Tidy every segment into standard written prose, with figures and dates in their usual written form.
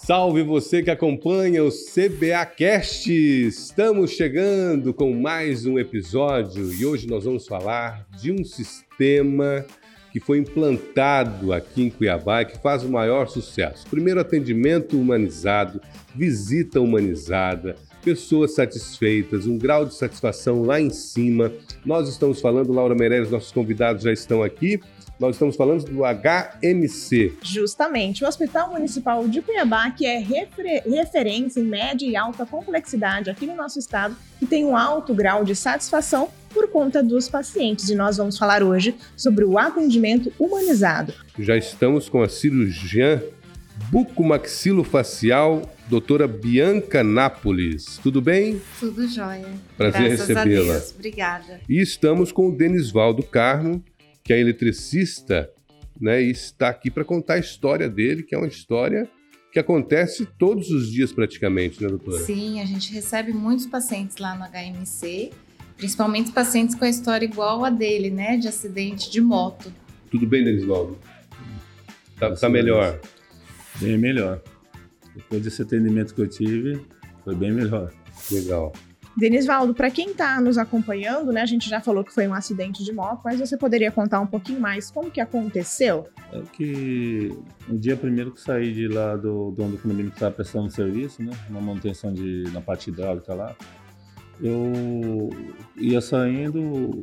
Salve você que acompanha o CBA Cast! Estamos chegando com mais um episódio e hoje nós vamos falar de um sistema que foi implantado aqui em Cuiabá e que faz o maior sucesso. Primeiro, atendimento humanizado, visita humanizada, pessoas satisfeitas, um grau de satisfação lá em cima. Nós estamos falando, Laura Meirelles, nossos convidados já estão aqui. Nós estamos falando do HMC. Justamente, o Hospital Municipal de Cuiabá, que é referência em média e alta complexidade aqui no nosso estado, e tem um alto grau de satisfação por conta dos pacientes. E nós vamos falar hoje sobre o atendimento humanizado. Já estamos com a cirurgiã bucomaxilofacial, doutora Bianca Nápoles. Tudo bem? Tudo jóia. Prazer recebê-la. A Deus. Obrigada. E estamos com o Denisvaldo Carmo, que é eletricista, né, e está aqui para contar a história dele, que é uma história que acontece todos os dias praticamente, né, doutora? Sim, a gente recebe muitos pacientes lá no HMC, principalmente pacientes com a história igual a dele, né, de acidente de moto. Tudo bem, Denisvaldo? Tá melhor? Bem melhor. Depois desse atendimento que eu tive, foi bem melhor. Legal. Denisvaldo, para quem está nos acompanhando, né, a gente já falou que foi um acidente de moto, mas você poderia contar um pouquinho mais como que aconteceu? É que no dia primeiro que saí de lá do dono do condomínio que estava prestando serviço, né, uma manutenção na parte hidráulica lá, eu ia saindo,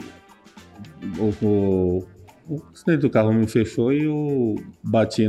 o acidente do carro me fechou e eu bati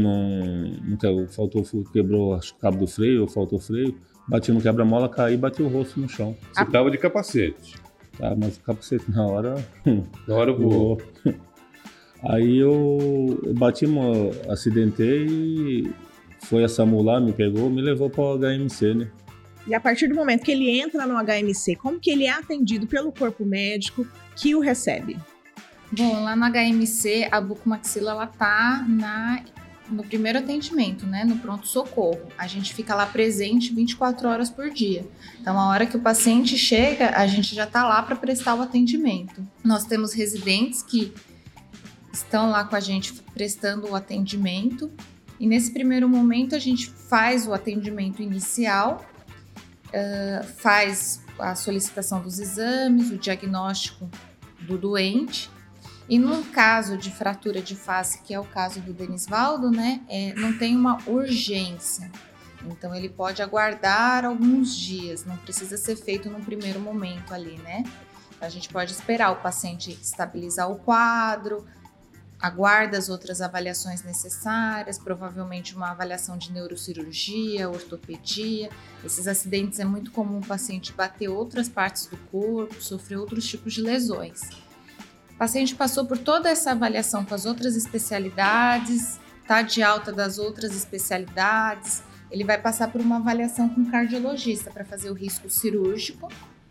quebrou acho, o cabo do freio, faltou freio. Bati no quebra-mola, caí e bati o rosto no chão. Você estava de capacete? Tá, mas o capacete na hora voou. Aí eu bati, acidentei e foi a SAMU lá, me pegou, me levou para o HMC, né? E a partir do momento que ele entra no HMC, como que ele é atendido pelo corpo médico que o recebe? Bom, lá no HMC, a bucomaxila, ela tá no primeiro atendimento, né, no pronto-socorro. A gente fica lá presente 24 horas por dia. Então, a hora que o paciente chega, a gente já está lá para prestar o atendimento. Nós temos residentes que estão lá com a gente prestando o atendimento. E nesse primeiro momento, a gente faz o atendimento inicial, faz a solicitação dos exames, o diagnóstico do doente. E no caso de fratura de face, que é o caso do Denisvaldo, né, não tem uma urgência. Então, ele pode aguardar alguns dias, não precisa ser feito no primeiro momento ali, né? A gente pode esperar o paciente estabilizar o quadro, aguarda as outras avaliações necessárias, provavelmente uma avaliação de neurocirurgia, ortopedia. Esses acidentes é muito comum o paciente bater outras partes do corpo, sofrer outros tipos de lesões. O paciente passou por toda essa avaliação com as outras especialidades, está de alta das outras especialidades, ele vai passar por uma avaliação com o cardiologista para fazer o risco cirúrgico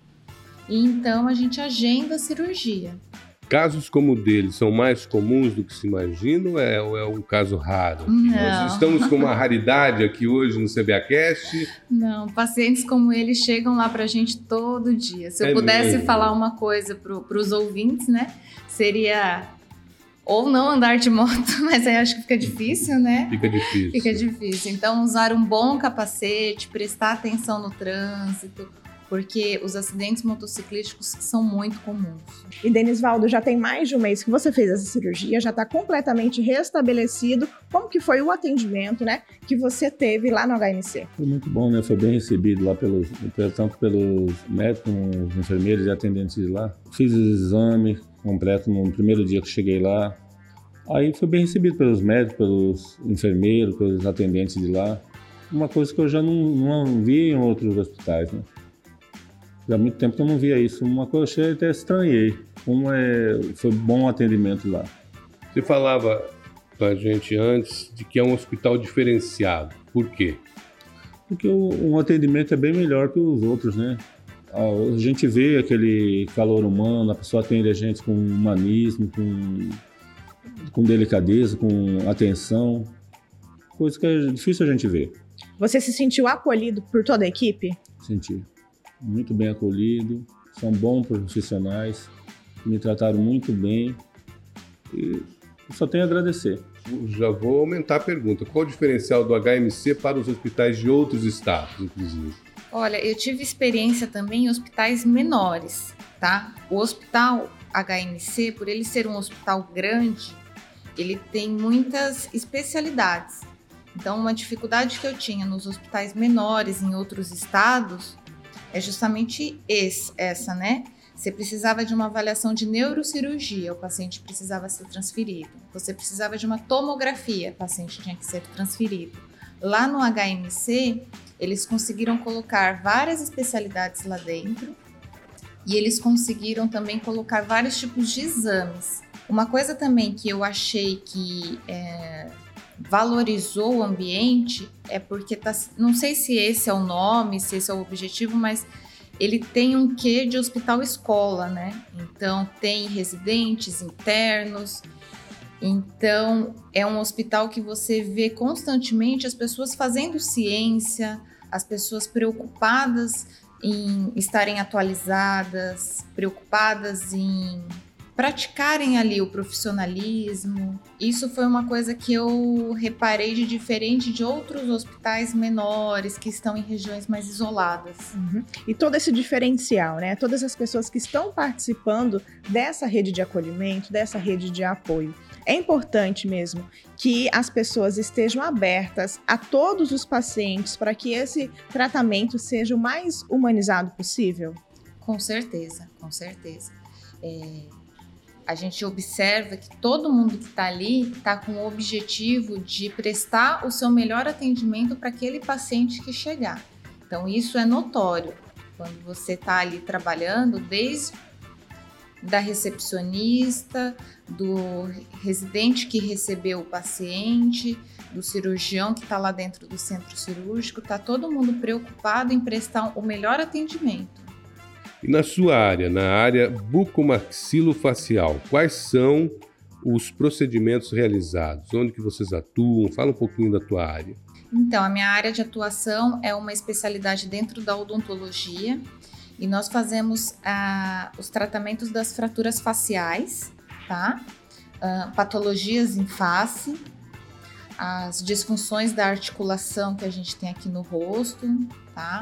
e então a gente agenda a cirurgia. Casos como o dele são mais comuns do que se imagina ou é um caso raro? Não. Nós estamos com uma raridade aqui hoje no CBAcast. Não, pacientes como ele chegam lá pra gente todo dia. Se eu pudesse falar uma coisa pros ouvintes, né, seria ou não andar de moto, mas aí acho que fica difícil, né? Fica difícil. Fica difícil. Então, usar um bom capacete, prestar atenção no trânsito, porque os acidentes motociclísticos são muito comuns. E Denisvaldo, já tem mais de um mês que você fez essa cirurgia, já está completamente restabelecido. Como que foi o atendimento, né, que você teve lá no HMC? Foi muito bom, né? Foi bem recebido lá tanto pelos médicos, os enfermeiros e atendentes de lá. Fiz o exame completo no primeiro dia que cheguei lá. Aí foi bem recebido pelos médicos, pelos enfermeiros, pelos atendentes de lá. Uma coisa que eu já não vi em outros hospitais, né? Já há muito tempo que eu não via isso. Uma coisa que eu até estranhei. Foi bom o atendimento lá. Você falava pra gente antes de que é um hospital diferenciado. Por quê? Porque o atendimento é bem melhor que os outros, né? A gente vê aquele calor humano, a pessoa atende a gente com humanismo, com delicadeza, com atenção. Coisa que é difícil a gente ver. Você se sentiu acolhido por toda a equipe? Senti. Muito bem acolhido, são bons profissionais, me trataram muito bem e eu só tenho a agradecer. já vou aumentar a pergunta. Qual o diferencial do HMC para os hospitais de outros estados, inclusive? Olha, eu tive experiência também em hospitais menores, tá? O hospital HMC, por ele ser um hospital grande, ele tem muitas especialidades. Então, uma dificuldade que eu tinha nos hospitais menores em outros estados é justamente essa, né? Você precisava de uma avaliação de neurocirurgia, o paciente precisava ser transferido. Você precisava de uma tomografia, o paciente tinha que ser transferido. Lá no HMC, eles conseguiram colocar várias especialidades lá dentro e eles conseguiram também colocar vários tipos de exames. Uma coisa também que eu achei que valorizou o ambiente é porque, não sei se esse é o nome, se esse é o objetivo, mas ele tem um quê de hospital-escola, né? Então, tem residentes internos. Então, é um hospital que você vê constantemente as pessoas fazendo ciência, as pessoas preocupadas em estarem atualizadas, preocupadas em praticarem ali o profissionalismo. Isso foi uma coisa que eu reparei de diferente de outros hospitais menores que estão em regiões mais isoladas. Uhum. E todo esse diferencial, né? Todas as pessoas que estão participando dessa rede de acolhimento, dessa rede de apoio. É importante mesmo que as pessoas estejam abertas a todos os pacientes para que esse tratamento seja o mais humanizado possível? Com certeza, com certeza. A gente observa que todo mundo que está ali está com o objetivo de prestar o seu melhor atendimento para aquele paciente que chegar. Então, isso é notório quando você está ali trabalhando, desde da recepcionista, do residente que recebeu o paciente, do cirurgião que está lá dentro do centro cirúrgico, está todo mundo preocupado em prestar o melhor atendimento. E na sua área, na área bucomaxilofacial, quais são os procedimentos realizados? Onde que vocês atuam? Fala um pouquinho da tua área. Então, a minha área de atuação é uma especialidade dentro da odontologia e nós fazemos os tratamentos das fraturas faciais, tá? Patologias em face, as disfunções da articulação que a gente tem aqui no rosto, tá?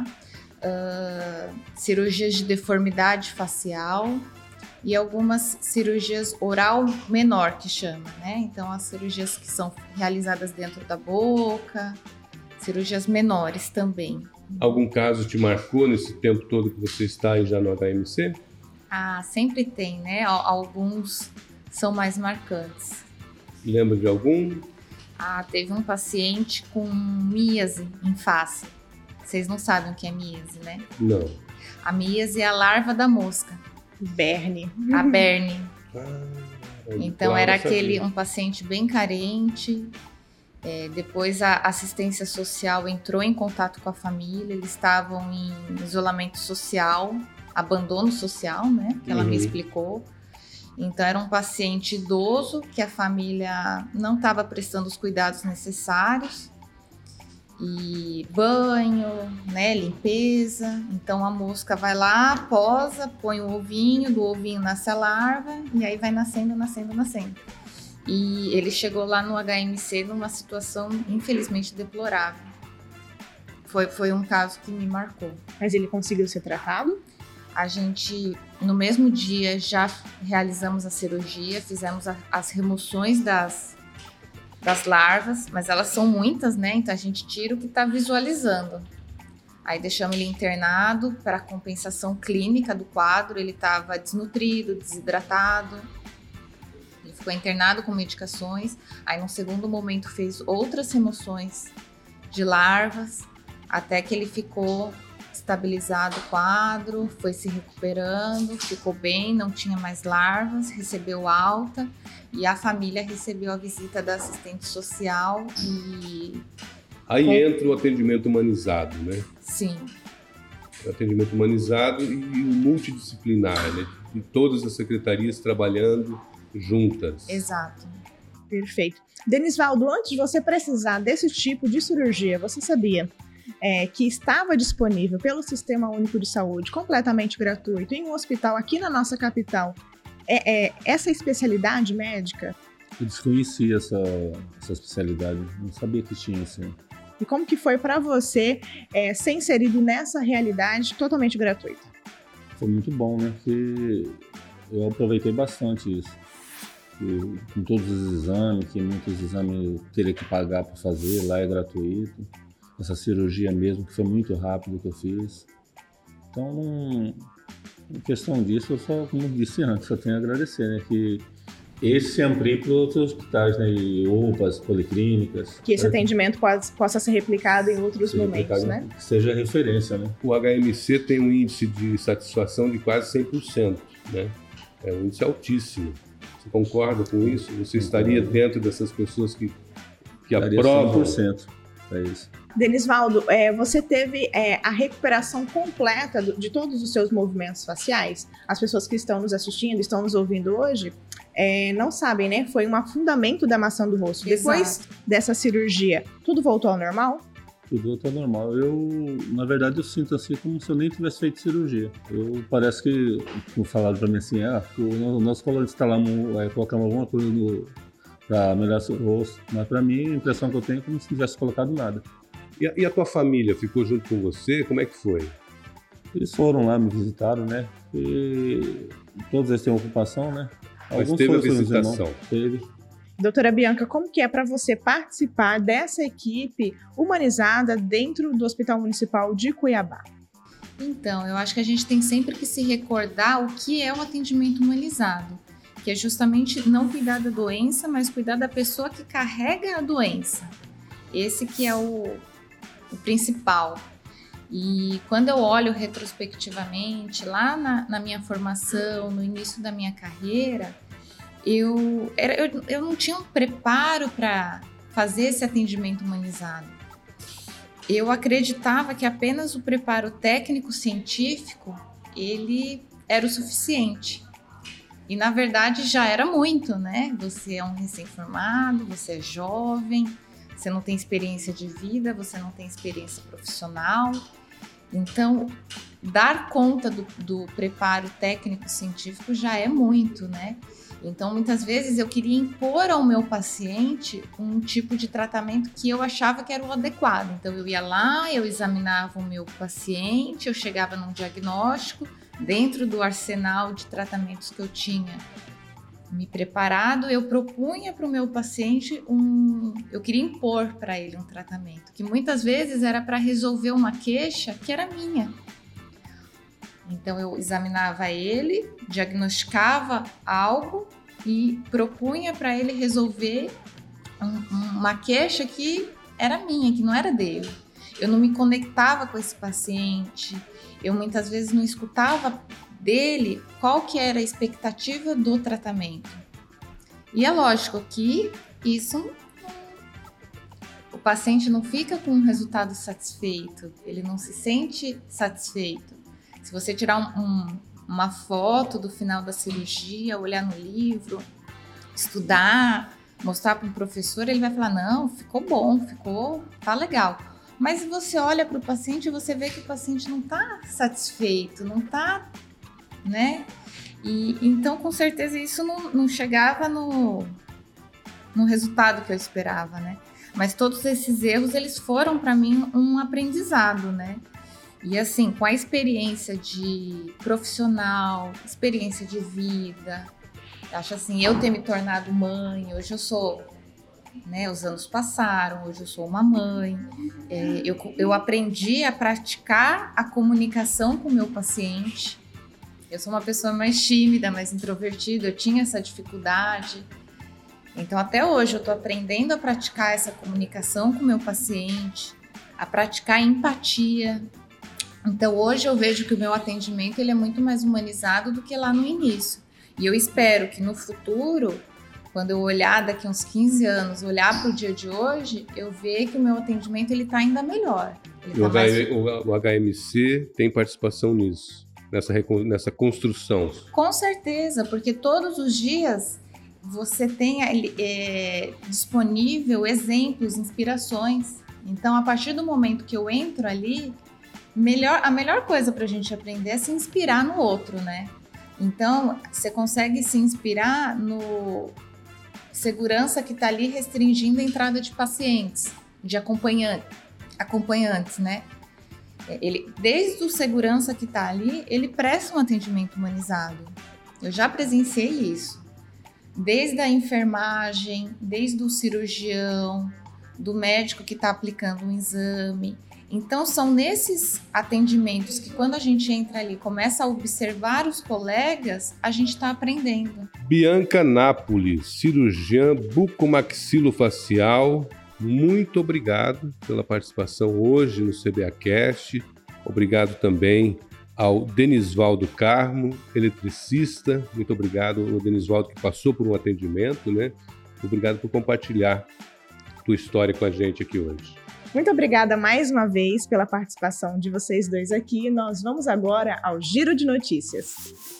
Cirurgias de deformidade facial e algumas cirurgias oral menor que chama, né? Então as cirurgias que são realizadas dentro da boca, cirurgias menores também. Algum caso te marcou nesse tempo todo que você está aí já no HMC? Sempre tem, né? Alguns são mais marcantes. Lembra de algum? Teve um paciente com míase em face. Vocês não sabem o que é míase, né? Não. A míase é a larva da mosca. Berne. A berne. Então era um paciente bem carente. Depois a assistência social entrou em contato com a família. Eles estavam em isolamento social, abandono social, né? Que ela me explicou. Então era um paciente idoso que a família não estava prestando os cuidados necessários. E banho, né, limpeza. Então a mosca vai lá, posa, põe o ovinho, do ovinho nasce a larva e aí vai nascendo. E ele chegou lá no HMC numa situação infelizmente deplorável. Foi um caso que me marcou. Mas ele conseguiu ser tratado? A gente, no mesmo dia, já realizamos a cirurgia, fizemos as remoções das larvas, mas elas são muitas, né? Então a gente tira o que está visualizando. Aí deixamos ele internado para compensação clínica do quadro. Ele estava desnutrido, desidratado. Ele ficou internado com medicações. Aí, num segundo momento, fez outras remoções de larvas, até que ele ficou estabilizado o quadro, foi se recuperando, ficou bem, não tinha mais larvas, recebeu alta e a família recebeu a visita da assistente social e... Aí entra o atendimento humanizado, né? Sim. O atendimento humanizado e o multidisciplinar, né? E todas as secretarias trabalhando juntas. Exato. Perfeito. Denisvaldo, antes de você precisar desse tipo de cirurgia, você sabia que estava disponível pelo Sistema Único de Saúde, completamente gratuito, em um hospital aqui na nossa capital, essa especialidade médica? Eu desconhecia essa especialidade, não sabia que tinha assim. E como que foi para você ser inserido nessa realidade totalmente gratuita? Foi muito bom, né? Porque eu aproveitei bastante isso. Com todos os exames, que muitos exames eu teria que pagar para fazer, lá é gratuito. Essa cirurgia mesmo, que foi muito rápido que eu fiz. Então, em questão disso, eu só, como disse antes, eu tenho a agradecer, né? Que esse se amplie para outros hospitais, né? E UPAs, policlínicas. Que esse atendimento possa ser replicado em outros momentos, né? Que seja referência, né? O HMC tem um índice de satisfação de quase 100%, né? É um índice altíssimo. Você concorda com isso? Você estaria dentro dessas pessoas que aprovam? 100%. É isso. Denisvaldo, você teve a recuperação completa de todos os seus movimentos faciais? As pessoas que estão nos assistindo, estão nos ouvindo hoje, não sabem, né? Foi um afundamento da maçã do rosto. Exato. Depois dessa cirurgia, tudo voltou ao normal? Tudo voltou ao normal. Na verdade, eu sinto assim como se eu nem tivesse feito cirurgia. Parece que falaram pra mim assim, o nosso colorante instalamos, colocamos alguma coisa para melhorar o rosto. Mas para mim, a impressão que eu tenho é como se não tivesse colocado nada. E a tua família ficou junto com você? Como é que foi? Eles foram lá, me visitaram, né? E todos eles têm ocupação, né? Mas teve a visitação? Teve. Doutora Bianca, como que é para você participar dessa equipe humanizada dentro do Hospital Municipal de Cuiabá? Então, eu acho que a gente tem sempre que se recordar o que é o atendimento humanizado, que é justamente não cuidar da doença, mas cuidar da pessoa que carrega a doença. Esse que é o principal. E quando eu olho retrospectivamente, lá na minha formação, no início da minha carreira, eu não tinha um preparo para fazer esse atendimento humanizado. Eu acreditava que apenas o preparo técnico-científico, ele era o suficiente. E, na verdade, já era muito, né? Você é um recém-formado, você é jovem, você não tem experiência de vida, você não tem experiência profissional. Então, dar conta do preparo técnico-científico já é muito, né? Então, muitas vezes eu queria impor ao meu paciente um tipo de tratamento que eu achava que era o adequado. Então, eu ia lá, eu examinava o meu paciente, eu chegava num diagnóstico, dentro do arsenal de tratamentos que eu tinha me preparado, eu propunha para o meu paciente eu queria impor para ele um tratamento, que muitas vezes era para resolver uma queixa que era minha. Então eu examinava ele, diagnosticava algo e propunha para ele resolver uma queixa que era minha, que não era dele. Eu não me conectava com esse paciente, eu muitas vezes não escutava dele qual que era a expectativa do tratamento. E é lógico que isso, o paciente não fica com um resultado satisfeito, ele não se sente satisfeito. Se você tirar uma foto do final da cirurgia, olhar no livro, estudar, mostrar para um professor, ele vai falar, não, ficou bom, tá legal. Mas você olha para o paciente e você vê que o paciente não está satisfeito, não está, né? E então, com certeza, isso não chegava no resultado que eu esperava, né? Mas todos esses erros, eles foram para mim um aprendizado, né? E assim, com a experiência de profissional, experiência de vida, acho assim, eu ter me tornado mãe, hoje eu sou, né, os anos passaram, hoje eu sou uma mãe, eu aprendi a praticar a comunicação com o meu paciente. Eu sou uma pessoa mais tímida, mais introvertida, eu tinha essa dificuldade. Então, até hoje, eu estou aprendendo a praticar essa comunicação com o meu paciente, a praticar empatia. Então, hoje eu vejo que o meu atendimento ele é muito mais humanizado do que lá no início. E eu espero que no futuro, quando eu olhar daqui uns 15 anos, olhar para o dia de hoje, eu ver que o meu atendimento está ainda melhor. O HMC tem participação nisso, nessa construção? Com certeza, porque todos os dias você tem disponível exemplos, inspirações. Então, a partir do momento que eu entro ali, a melhor coisa para a gente aprender é se inspirar no outro, né? Então, você consegue se inspirar segurança que está ali restringindo a entrada de pacientes, de acompanhantes, né? Desde o segurança que está ali, ele presta um atendimento humanizado. Eu já presenciei isso. Desde a enfermagem, desde o cirurgião, do médico que está aplicando um exame. Então, são nesses atendimentos que quando a gente entra ali, começa a observar os colegas, a gente está aprendendo. Bianca Nápoles, cirurgiã bucomaxilofacial, muito obrigado pela participação hoje no CBAcast. Obrigado também ao Denisvaldo Carmo, eletricista. Muito obrigado ao Denisvaldo que passou por um atendimento, né? Obrigado por compartilhar tua história com a gente aqui hoje. Muito obrigada mais uma vez pela participação de vocês dois aqui. Nós vamos agora ao Giro de Notícias.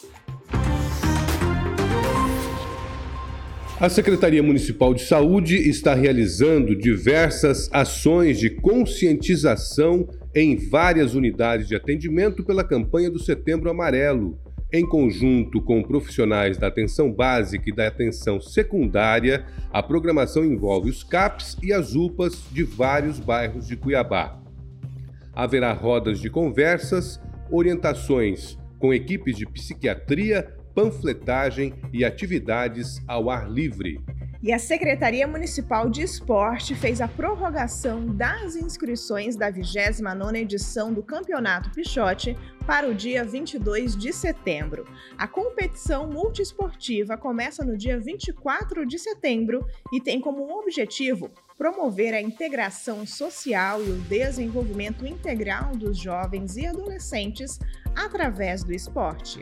A Secretaria Municipal de Saúde está realizando diversas ações de conscientização em várias unidades de atendimento pela campanha do Setembro Amarelo. Em conjunto com profissionais da atenção básica e da atenção secundária, a programação envolve os CAPs e as UPAs de vários bairros de Cuiabá. Haverá rodas de conversas, orientações com equipes de psiquiatria, panfletagem e atividades ao ar livre. E a Secretaria Municipal de Esporte fez a prorrogação das inscrições da 29ª edição do Campeonato Pichote para o dia 22 de setembro. A competição multiesportiva começa no dia 24 de setembro e tem como objetivo promover a integração social e o desenvolvimento integral dos jovens e adolescentes através do esporte.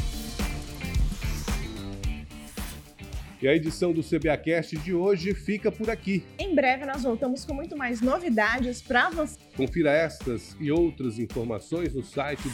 E a edição do CBAcast de hoje fica por aqui. Em breve nós voltamos com muito mais novidades para você. Confira estas e outras informações no site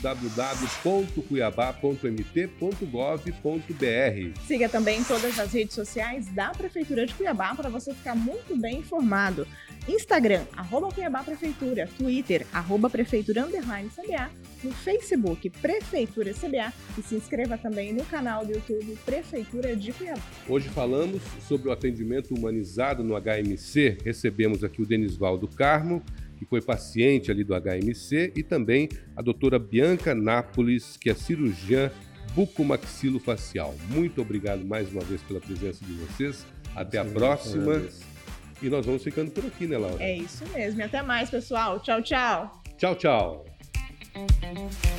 www.cuiabá.mt.gov.br. Siga também todas as redes sociais da Prefeitura de Cuiabá para você ficar muito bem informado. Instagram, @CuiabáPrefeitura, Twitter, @Prefeitura_CBA, no Facebook, Prefeitura CBA, e se inscreva também no canal do YouTube Prefeitura de Cuiabá. Hoje falamos sobre o atendimento humanizado no HMC. Recebemos aqui o Denisvaldo Carmo, que foi paciente ali do HMC, e também a doutora Bianca Nápoles, que é cirurgiã bucomaxilofacial. Muito obrigado mais uma vez pela presença de vocês. Até a próxima. E nós vamos ficando por aqui, né, Laura? É isso mesmo. E até mais, pessoal. Tchau, tchau. Tchau, tchau.